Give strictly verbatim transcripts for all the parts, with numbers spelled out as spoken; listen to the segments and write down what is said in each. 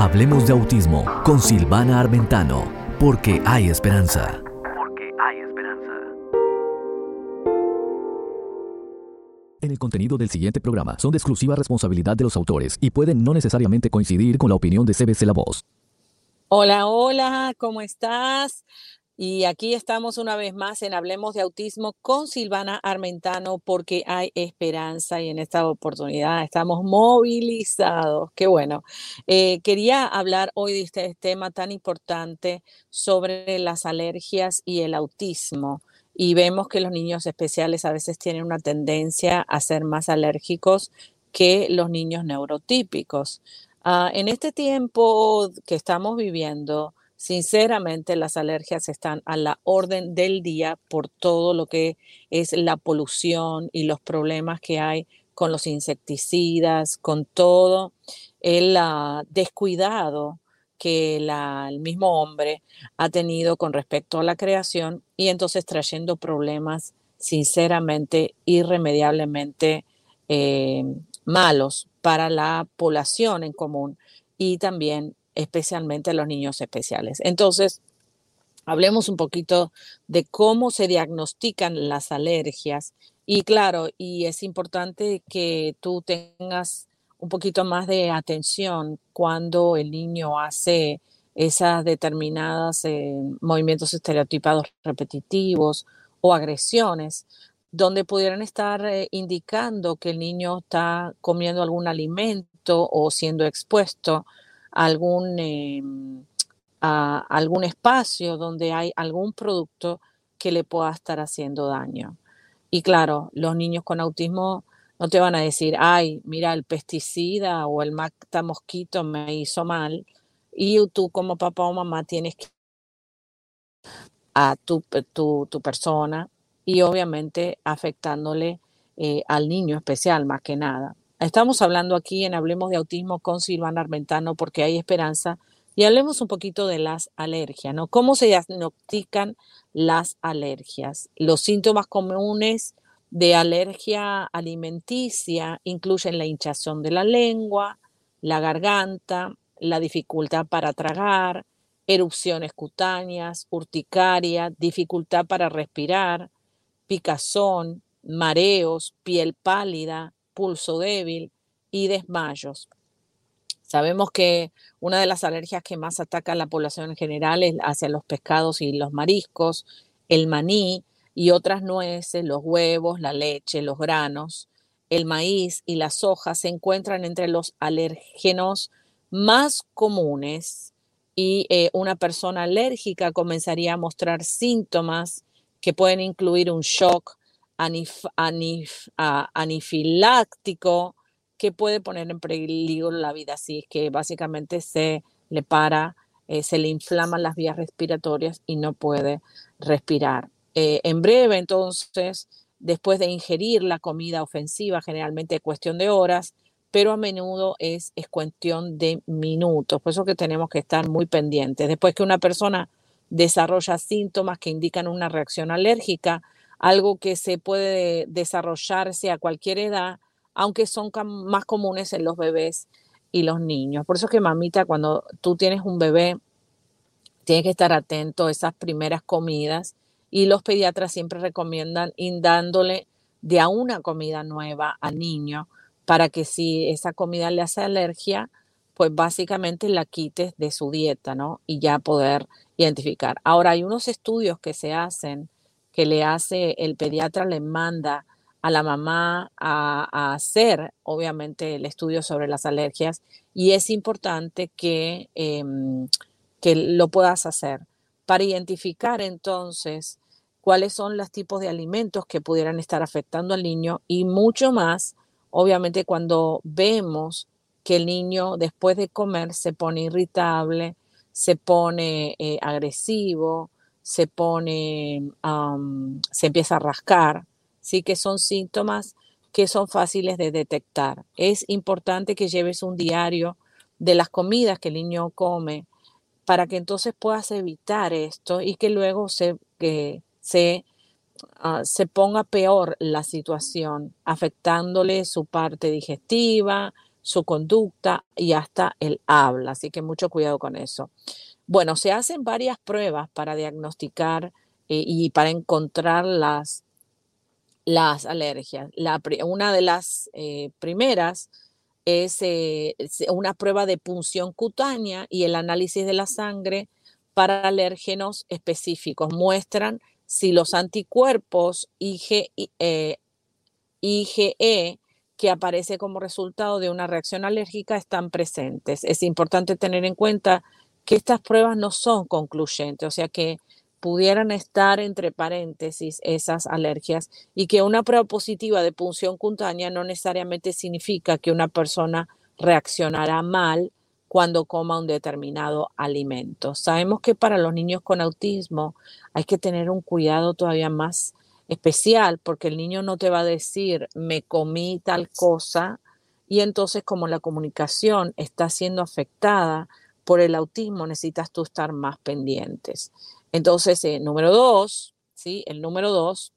Hablemos de autismo con Silvana Armentano, porque hay esperanza. Porque hay esperanza. En el contenido del siguiente programa son de exclusiva responsabilidad de los autores y pueden no necesariamente coincidir con la opinión de C B C La Voz. Hola, hola, ¿cómo estás? Y aquí estamos una vez más en Hablemos de Autismo con Silvana Armentano, porque hay esperanza y en esta oportunidad estamos movilizados. Qué bueno. Eh, quería hablar hoy de este tema tan importante sobre las alergias y el autismo. Y vemos que los niños especiales a veces tienen una tendencia a ser más alérgicos que los niños neurotípicos. Ah, en este tiempo que estamos viviendo, sinceramente, las alergias están a la orden del día por todo lo que es la polución y los problemas que hay con los insecticidas, con todo el ah, descuidado que la- el mismo hombre ha tenido con respecto a la creación y entonces trayendo problemas sinceramente, irremediablemente eh, malos para la población en común y también especialmente a los niños especiales. Entonces, hablemos un poquito de cómo se diagnostican las alergias. Y claro, y es importante que tú tengas un poquito más de atención cuando el niño hace esas determinadas eh, movimientos estereotipados repetitivos o agresiones, donde pudieran estar eh, indicando que el niño está comiendo algún alimento o siendo expuesto a algún em, a algún espacio donde hay algún producto que le pueda estar haciendo daño. Y claro, los niños con autismo no te van a decir, ay, mira, el pesticida o el mosquito me hizo mal. Y tú como papá o mamá tienes que a tu, tu, tu persona y obviamente afectándole eh, al niño especial más que nada. Estamos hablando aquí en Hablemos de Autismo con Silvana Armentano, porque hay esperanza, y hablemos un poquito de las alergias, ¿no? ¿Cómo se diagnostican las alergias? Los síntomas comunes de alergia alimenticia incluyen la hinchazón de la lengua, la garganta, la dificultad para tragar, erupciones cutáneas, urticaria, dificultad para respirar, picazón, mareos, piel pálida, pulso débil y desmayos. Sabemos que una de las alergias que más ataca a la población en general es hacia los pescados y los mariscos, el maní y otras nueces, los huevos, la leche, los granos. El maíz y la soja se encuentran entre los alérgenos más comunes y eh, una persona alérgica comenzaría a mostrar síntomas que pueden incluir un shock anif anif a- anifiláctico, que puede poner en peligro la vida, así es que básicamente se le para, eh, se le inflaman las vías respiratorias y no puede respirar. Eh, en breve, entonces, después de ingerir la comida ofensiva, generalmente es cuestión de horas, pero a menudo es, es cuestión de minutos. Por eso que tenemos que estar muy pendientes. Después que una persona desarrolla síntomas que indican una reacción alérgica, algo que se puede desarrollarse a cualquier edad, aunque son más comunes en los bebés y los niños. Por eso es que, mamita, cuando tú tienes un bebé, tienes que estar atento a esas primeras comidas, y los pediatras siempre recomiendan ir dándole de a una comida nueva al niño para que si esa comida le hace alergia, pues básicamente la quites de su dieta, ¿no? Y ya poder identificar. Ahora, hay unos estudios que se hacen, que le hace el pediatra, le manda a la mamá a, a hacer, obviamente, el estudio sobre las alergias, y es importante que... Eh, que lo puedas hacer para identificar entonces cuáles son los tipos de alimentos que pudieran estar afectando al niño, y mucho más, obviamente, cuando vemos que el niño después de comer se pone irritable, se pone eh, agresivo, se pone, um, se empieza a rascar, sí, que son síntomas que son fáciles de detectar. Es importante que lleves un diario de las comidas que el niño come, para que entonces puedas evitar esto y que luego se, que se, uh, se ponga peor la situación, afectándole su parte digestiva, su conducta y hasta el habla. Así que mucho cuidado con eso. Bueno, se hacen varias pruebas para diagnosticar eh, y para encontrar las, las alergias. La, pri- una de las eh, primeras es, eh, es una prueba de punción cutánea y el análisis de la sangre para alérgenos específicos. Muestran si los anticuerpos IgE, eh, IgE que aparece como resultado de una reacción alérgica están presentes. Es importante tener en cuenta que estas pruebas no son concluyentes, o sea que pudieran estar entre paréntesis esas alergias y que una prueba positiva de punción cutánea no necesariamente significa que una persona reaccionará mal cuando coma un determinado alimento. Sabemos que para los niños con autismo hay que tener un cuidado todavía más especial porque el niño no te va a decir me comí tal cosa y entonces como la comunicación está siendo afectada por el autismo necesitas tú estar más pendientes. Entonces, eh, número dos, ¿sí? El número dos,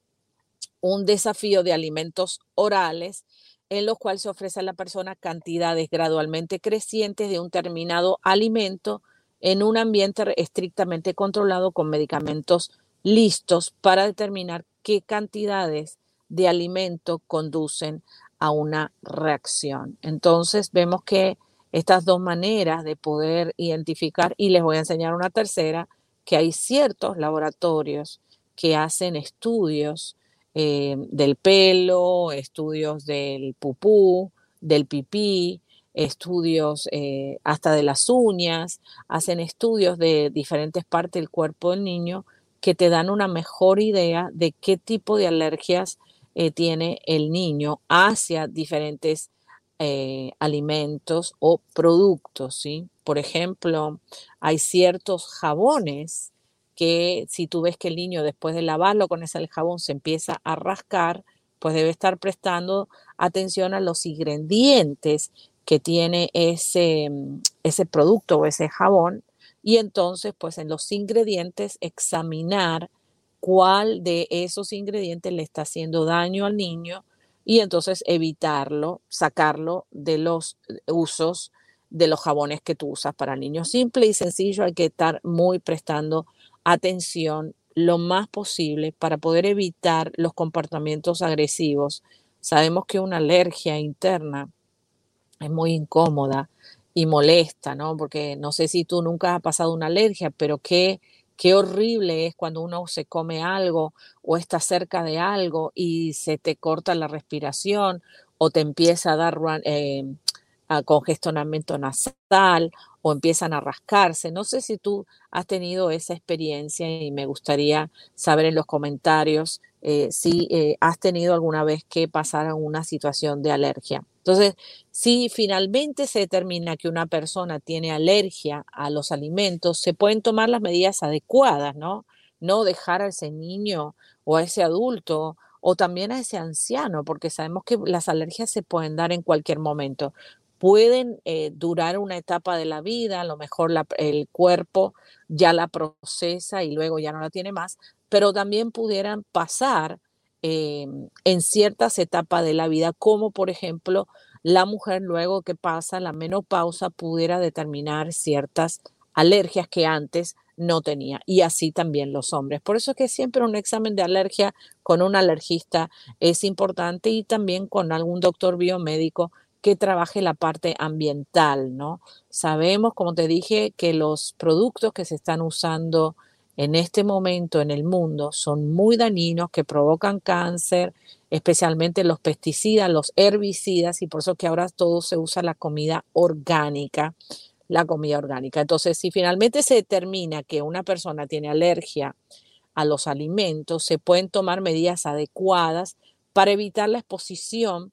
un desafío de alimentos orales en los cuales se ofrece a la persona cantidades gradualmente crecientes de un determinado alimento en un ambiente estrictamente controlado con medicamentos listos para determinar qué cantidades de alimento conducen a una reacción. Entonces vemos que estas dos maneras de poder identificar, y les voy a enseñar una tercera, que hay ciertos laboratorios que hacen estudios eh, del pelo, estudios del pupú, del pipí, estudios eh, hasta de las uñas, hacen estudios de diferentes partes del cuerpo del niño que te dan una mejor idea de qué tipo de alergias eh, tiene el niño hacia diferentes eh, alimentos o productos, ¿sí? Por ejemplo, hay ciertos jabones que si tú ves que el niño después de lavarlo con ese jabón se empieza a rascar, pues debe estar prestando atención a los ingredientes que tiene ese, ese producto o ese jabón y entonces pues en los ingredientes examinar cuál de esos ingredientes le está haciendo daño al niño y entonces evitarlo, sacarlo de los usos de los jabones que tú usas para niños. Simple y sencillo, hay que estar muy prestando atención lo más posible para poder evitar los comportamientos agresivos. Sabemos que una alergia interna es muy incómoda y molesta, ¿no? Porque no sé si tú nunca has pasado una alergia, pero qué, qué horrible es cuando uno se come algo o está cerca de algo y se te corta la respiración o te empieza a dar eh, a congestionamiento nasal o empiezan a rascarse. No sé si tú has tenido esa experiencia y me gustaría saber en los comentarios eh, si eh, has tenido alguna vez que pasar a una situación de alergia. Entonces, si finalmente se determina que una persona tiene alergia a los alimentos, se pueden tomar las medidas adecuadas, ¿no? No dejar a ese niño o a ese adulto o también a ese anciano, porque sabemos que las alergias se pueden dar en cualquier momento. Pueden eh, durar una etapa de la vida, a lo mejor la, el cuerpo ya la procesa y luego ya no la tiene más, pero también pudieran pasar eh, en ciertas etapas de la vida, como por ejemplo la mujer luego que pasa la menopausa pudiera determinar ciertas alergias que antes no tenía y así también los hombres. Por eso es que siempre un examen de alergia con un alergista es importante y también con algún doctor biomédico que trabaje la parte ambiental, ¿no? Sabemos, como te dije, que los productos que se están usando en este momento en el mundo son muy dañinos, que provocan cáncer, especialmente los pesticidas, los herbicidas, y por eso que ahora todo se usa la comida orgánica, la comida orgánica. Entonces, si finalmente se determina que una persona tiene alergia a los alimentos, se pueden tomar medidas adecuadas para evitar la exposición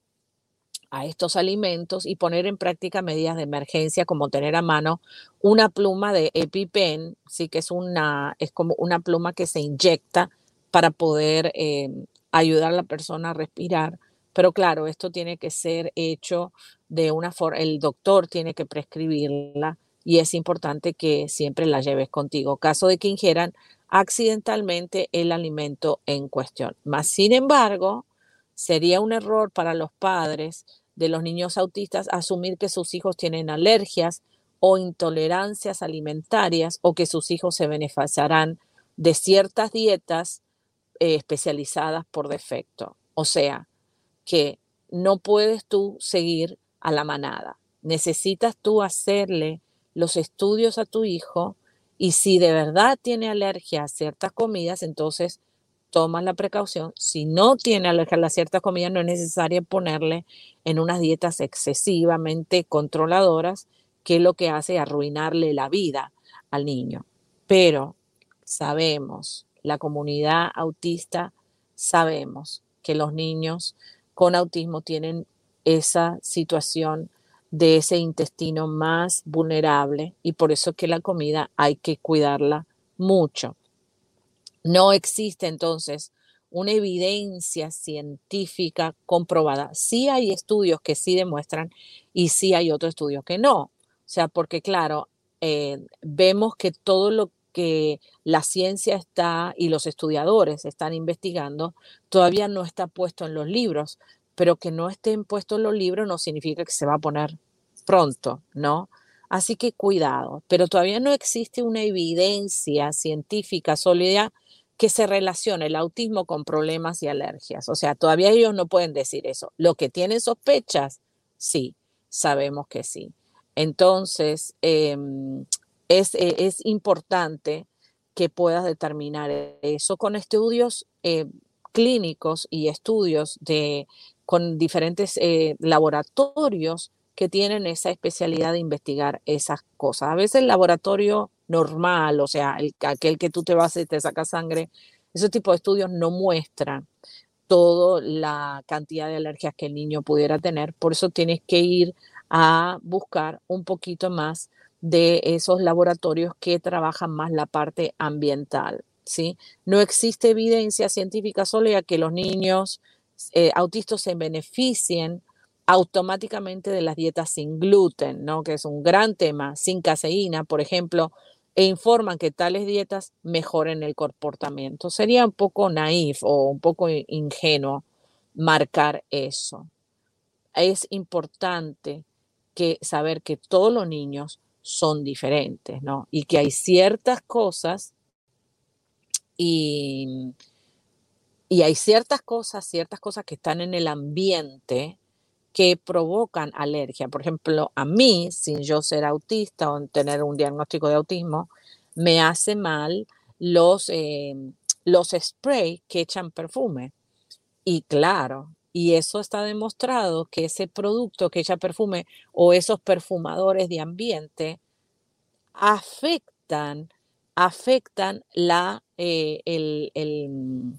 a estos alimentos y poner en práctica medidas de emergencia como tener a mano una pluma de EpiPen, sí que es una es como una pluma que se inyecta para poder eh, ayudar a la persona a respirar. Pero claro, esto tiene que ser hecho de una forma, el doctor tiene que prescribirla y es importante que siempre la lleves contigo, caso de que ingieran accidentalmente el alimento en cuestión. Más sin embargo, sería un error para los padres de los niños autistas asumir que sus hijos tienen alergias o intolerancias alimentarias o que sus hijos se beneficiarán de ciertas dietas eh, especializadas por defecto. O sea, que no puedes tú seguir a la manada. Necesitas tú hacerle los estudios a tu hijo y si de verdad tiene alergia a ciertas comidas, entonces tomas la precaución. Si no tiene alergia a ciertas comidas, no es necesario ponerle en unas dietas excesivamente controladoras, que es lo que hace arruinarle la vida al niño. Pero sabemos, la comunidad autista, sabemos que los niños con autismo tienen esa situación de ese intestino más vulnerable y por eso que la comida hay que cuidarla mucho. No existe entonces una evidencia científica comprobada. Sí hay estudios que sí demuestran y sí hay otros estudios que no. O sea, porque claro, eh, vemos que todo lo que la ciencia está y los estudiadores están investigando todavía no está puesto en los libros, pero que no estén puestos en los libros no significa que se va a poner pronto, ¿no? Así que cuidado, pero todavía no existe una evidencia científica sólida que se relacione el autismo con problemas y alergias. O sea, todavía ellos no pueden decir eso. Lo que tienen sospechas, sí, sabemos que sí. Entonces, eh, es, es importante que puedas determinar eso con estudios eh, clínicos y estudios de, con diferentes eh, laboratorios que tienen esa especialidad de investigar esas cosas. A veces el laboratorio normal, o sea, el, aquel que tú te vas y te sacas sangre, ese tipo de estudios no muestran toda la cantidad de alergias que el niño pudiera tener. Por eso tienes que ir a buscar un poquito más de esos laboratorios que trabajan más la parte ambiental, ¿sí? No existe evidencia científica sólida que los niños eh, autistas se beneficien automáticamente de las dietas sin gluten, ¿no? Que es un gran tema, sin caseína, por ejemplo, e informan que tales dietas mejoren el comportamiento. Sería un poco naif o un poco ingenuo marcar eso. Es importante que saber que todos los niños son diferentes, ¿no? Y que hay ciertas cosas y, y hay ciertas cosas, ciertas cosas que están en el ambiente que provocan alergia. Por ejemplo, a mí, sin yo ser autista o tener un diagnóstico de autismo, me hace mal los, eh, los sprays que echan perfume. Y claro, y eso está demostrado que ese producto que echa perfume o esos perfumadores de ambiente afectan, afectan la, eh, el, el,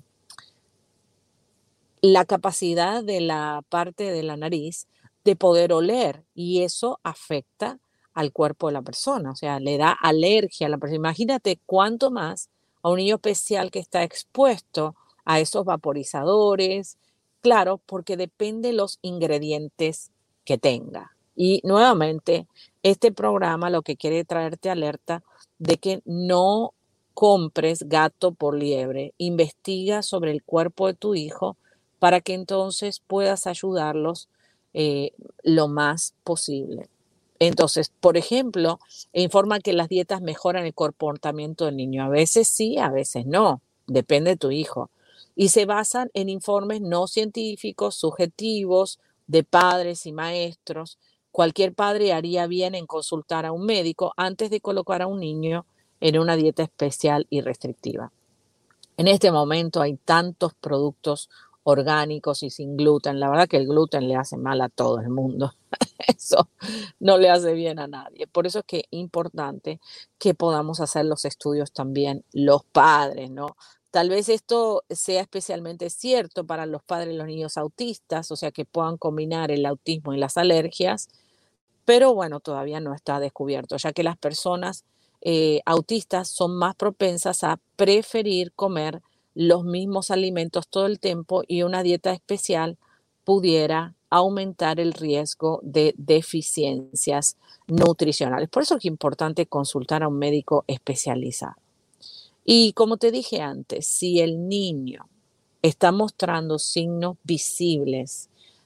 la capacidad de la parte de la nariz de poder oler y eso afecta al cuerpo de la persona, o sea, le da alergia a la persona. Imagínate cuánto más a un niño especial que está expuesto a esos vaporizadores, claro, porque depende de los ingredientes que tenga. Y nuevamente, este programa lo que quiere traerte alerta de que no compres gato por liebre, investiga sobre el cuerpo de tu hijo para que entonces puedas ayudarlos eh, lo más posible. Entonces, por ejemplo, informa que las dietas mejoran el comportamiento del niño. A veces sí, a veces no, depende de tu hijo. Y se basan en informes no científicos, subjetivos, de padres y maestros. Cualquier padre haría bien en consultar a un médico antes de colocar a un niño en una dieta especial y restrictiva. En este momento hay tantos productos orgánicos y sin gluten. La verdad que el gluten le hace mal a todo el mundo. Eso no le hace bien a nadie. Por eso es que es importante que podamos hacer los estudios también los padres, ¿no? Tal vez esto sea especialmente cierto para los padres de los niños autistas, o sea, que puedan combinar el autismo y las alergias, pero bueno, todavía no está descubierto, ya que las personas eh, autistas son más propensas a preferir comer los mismos alimentos todo el tiempo y una dieta especial pudiera aumentar el riesgo de deficiencias nutricionales. Por eso es importante consultar a un médico especializado. Y como te dije antes, si el niño está mostrando signos visibles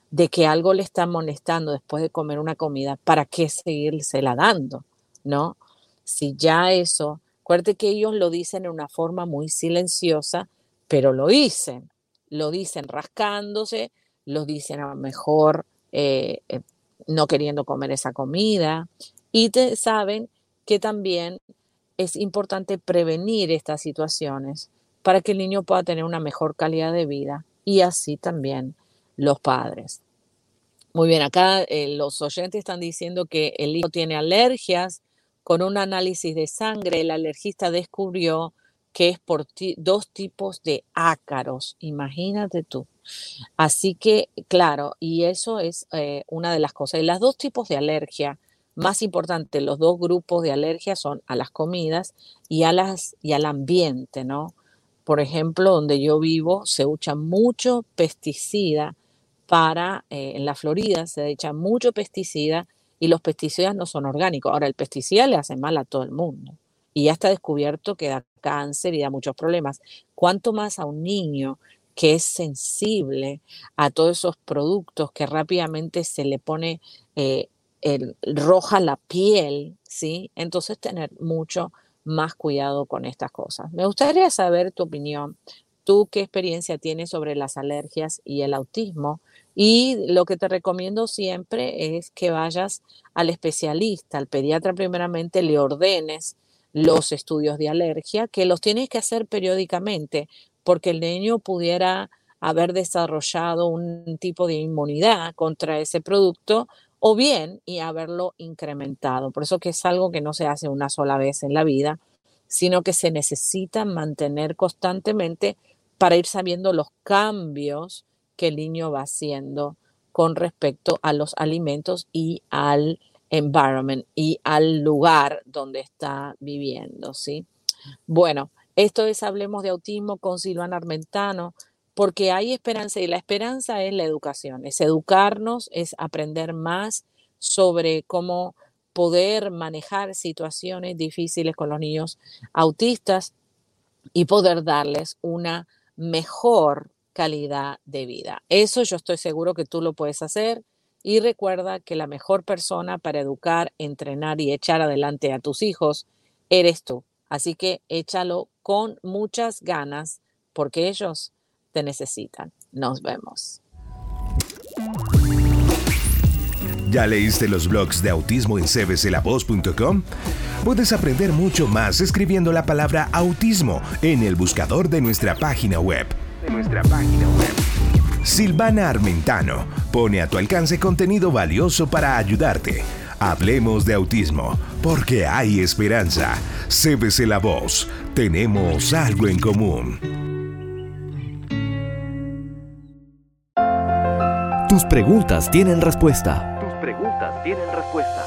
de que algo le está molestando después de comer una comida, ¿para qué seguírsela dando? ¿No? Si ya eso, acuérdate que ellos lo dicen en una forma muy silenciosa, pero lo dicen, lo dicen rascándose, lo dicen a lo mejor eh, eh, no queriendo comer esa comida, y te, saben que también es importante prevenir estas situaciones para que el niño pueda tener una mejor calidad de vida y así también los padres. Muy bien, acá eh, los oyentes están diciendo que el hijo tiene alergias. Con un análisis de sangre, el alergista descubrió que es por ti- dos tipos de ácaros, imagínate tú. Así que, claro, y eso es eh, una de las cosas. Y las dos tipos de alergia más importantes, los dos grupos de alergia son a las comidas y, a las, y al ambiente, ¿no? Por ejemplo, donde yo vivo se usa mucho pesticida para, eh, en la Florida se echa mucho pesticida y los pesticidas no son orgánicos. Ahora, el pesticida le hace mal a todo el mundo y ya está descubierto que da cáncer y da muchos problemas. ¿Cuánto más a un niño que es sensible a todos esos productos que rápidamente se le pone eh, el- roja la piel, ¿sí? Entonces tener mucho más cuidado con estas cosas. Me gustaría saber tu opinión. ¿Tú qué experiencia tienes sobre las alergias y el autismo? Y lo que te recomiendo siempre es que vayas al especialista, al pediatra primeramente, le ordenes los estudios de alergia, que los tienes que hacer periódicamente, porque el niño pudiera haber desarrollado un tipo de inmunidad contra ese producto o bien y haberlo incrementado. Por eso que es algo que no se hace una sola vez en la vida, sino que se necesita mantener constantemente para ir sabiendo los cambios que el niño va haciendo con respecto a los alimentos y al environment y al lugar donde está viviendo, ¿sí? Bueno, esto es Hablemos de Autismo con Silvana Armentano, porque hay esperanza y la esperanza es la educación, es educarnos, es aprender más sobre cómo poder manejar situaciones difíciles con los niños autistas y poder darles una mejor calidad de vida. Eso yo estoy seguro que tú lo puedes hacer y recuerda que la mejor persona para educar, entrenar y echar adelante a tus hijos eres tú. Así que échalo con muchas ganas porque ellos te necesitan. Nos vemos. ¿Ya leíste los blogs de autismo en c b c la voz punto com? Puedes aprender mucho más escribiendo la palabra autismo en el buscador de nuestra página web. De nuestra página web. Silvana Armentano pone a tu alcance contenido valioso para ayudarte. Hablemos de autismo, porque hay esperanza. C B C La Voz, tenemos algo en común. Tus preguntas tienen respuesta. Preguntas tienen respuesta.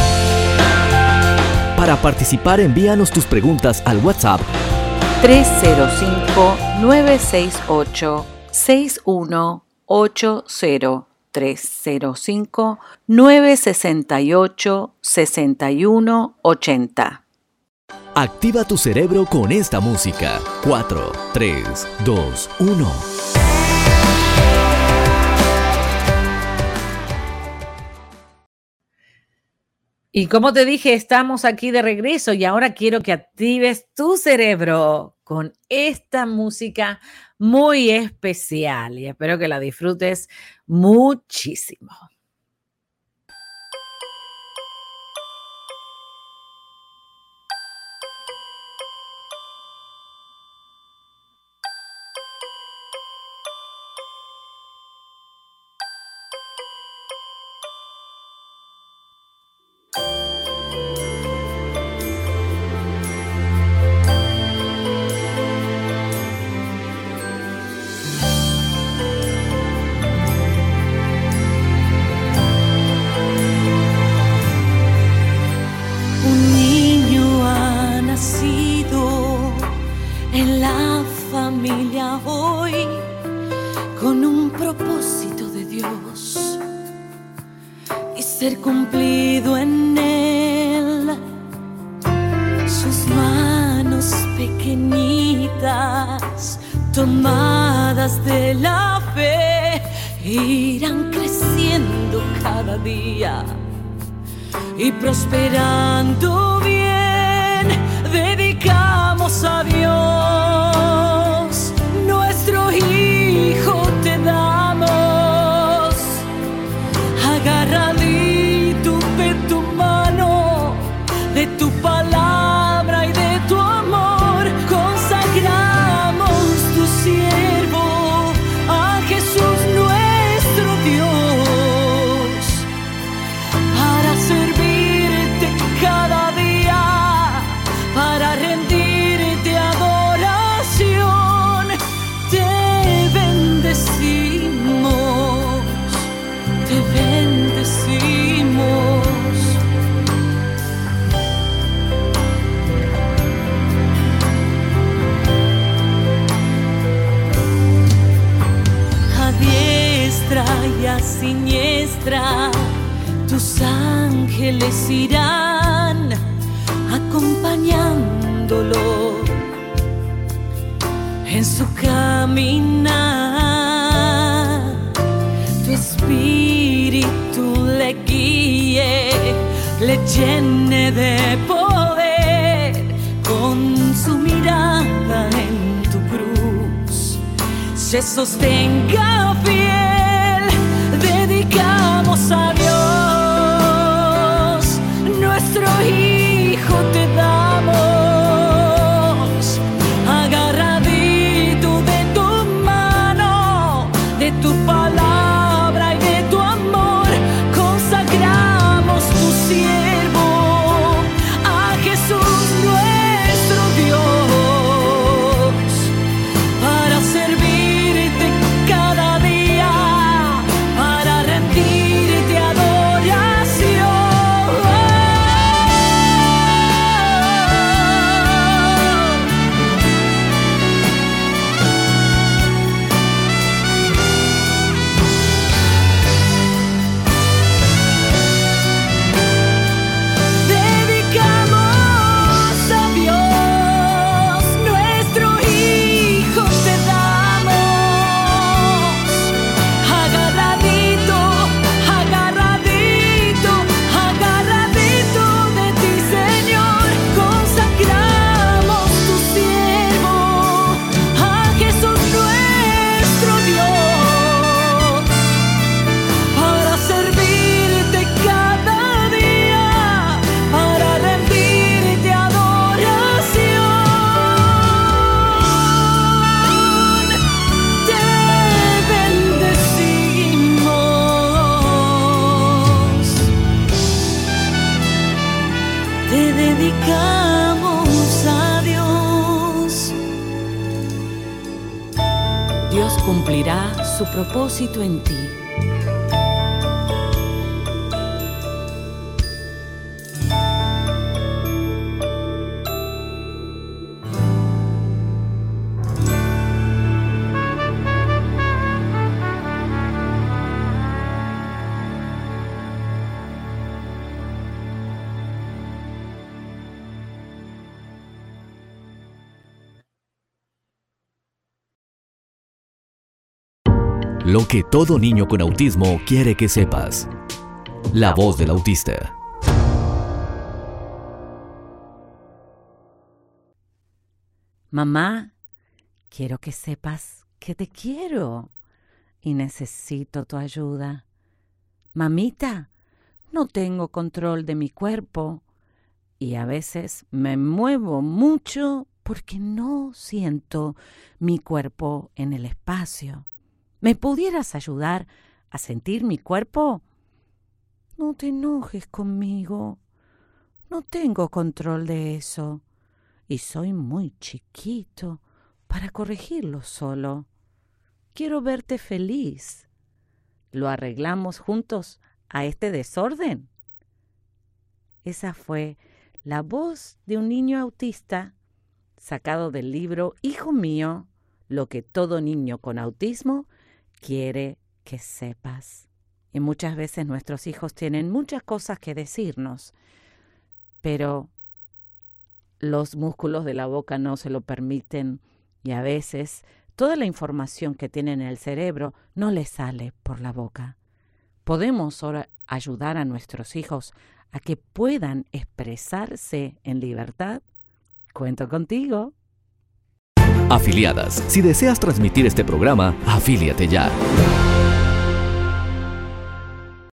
Para participar, envíanos tus preguntas al WhatsApp tres cero cinco, nueve seis ocho, seis uno ocho cero. tres cero cinco, nueve seis ocho, seis uno ocho cero. Activa tu cerebro con esta música. cuatro, tres, dos, uno. Y como te dije, estamos aquí de regreso y ahora quiero que actives tu cerebro con esta música muy especial y espero que la disfrutes muchísimo. Hoy con un propósito de Dios y ser cumplido en él. Sus manos pequeñitas, tomadas de la fe, irán creciendo creciendo cada día y prosperando bien, dedicamos a Dios nuestro Hijo te damos, agarradito de tu mano, de tu palabra y de tu amor, consagramos tu siervo a Jesús nuestro Dios, para servirte cada día, para rendirte adoración. Te bendecimos, te bendecimos. A diestra y a siniestra tus ángeles irán acompañándolo en su caminar. Tu espíritu le guíe, le llene de poder, con su mirada en tu cruz se sostenga fiel. Dedicamos a Dios nuestro Hijo te damos, agarradito de tu mano, de tu palabra y de tu amor, consagramos tu siervo a Jesús nuestro Dios, para servirte cada día, para rendirte adoración. Dedicamos a Dios nuestro Hijo te damos, agarradito, agarradito, agarradito de ti, Señor, consagramos tu siervo a Jesús nuestro Dios, para servirte cada día, para rendirte adoración. Te bendecimos, te dedicamos a Dios. Dios cumplirá su propósito en ti. Lo que todo niño con autismo quiere que sepas. La voz del autista. Mamá, quiero que sepas que te quiero y necesito tu ayuda. Mamita, no tengo control de mi cuerpo y a veces me muevo mucho porque no siento mi cuerpo en el espacio. ¿Me pudieras ayudar a sentir mi cuerpo? No te enojes conmigo. No tengo control de eso. Y soy muy chiquito para corregirlo solo. Quiero verte feliz. ¿Lo arreglamos juntos a este desorden? Esa fue la voz de un niño autista sacado del libro Hijo mío, lo que todo niño con autismo quiere que sepas. Y muchas veces nuestros hijos tienen muchas cosas que decirnos, pero los músculos de la boca no se lo permiten y a veces toda la información que tienen en el cerebro no les sale por la boca. podemos ahora ayudar a nuestros hijos a que puedan expresarse en libertad. Cuento contigo. Afiliadas. Si deseas transmitir este programa, afíliate ya.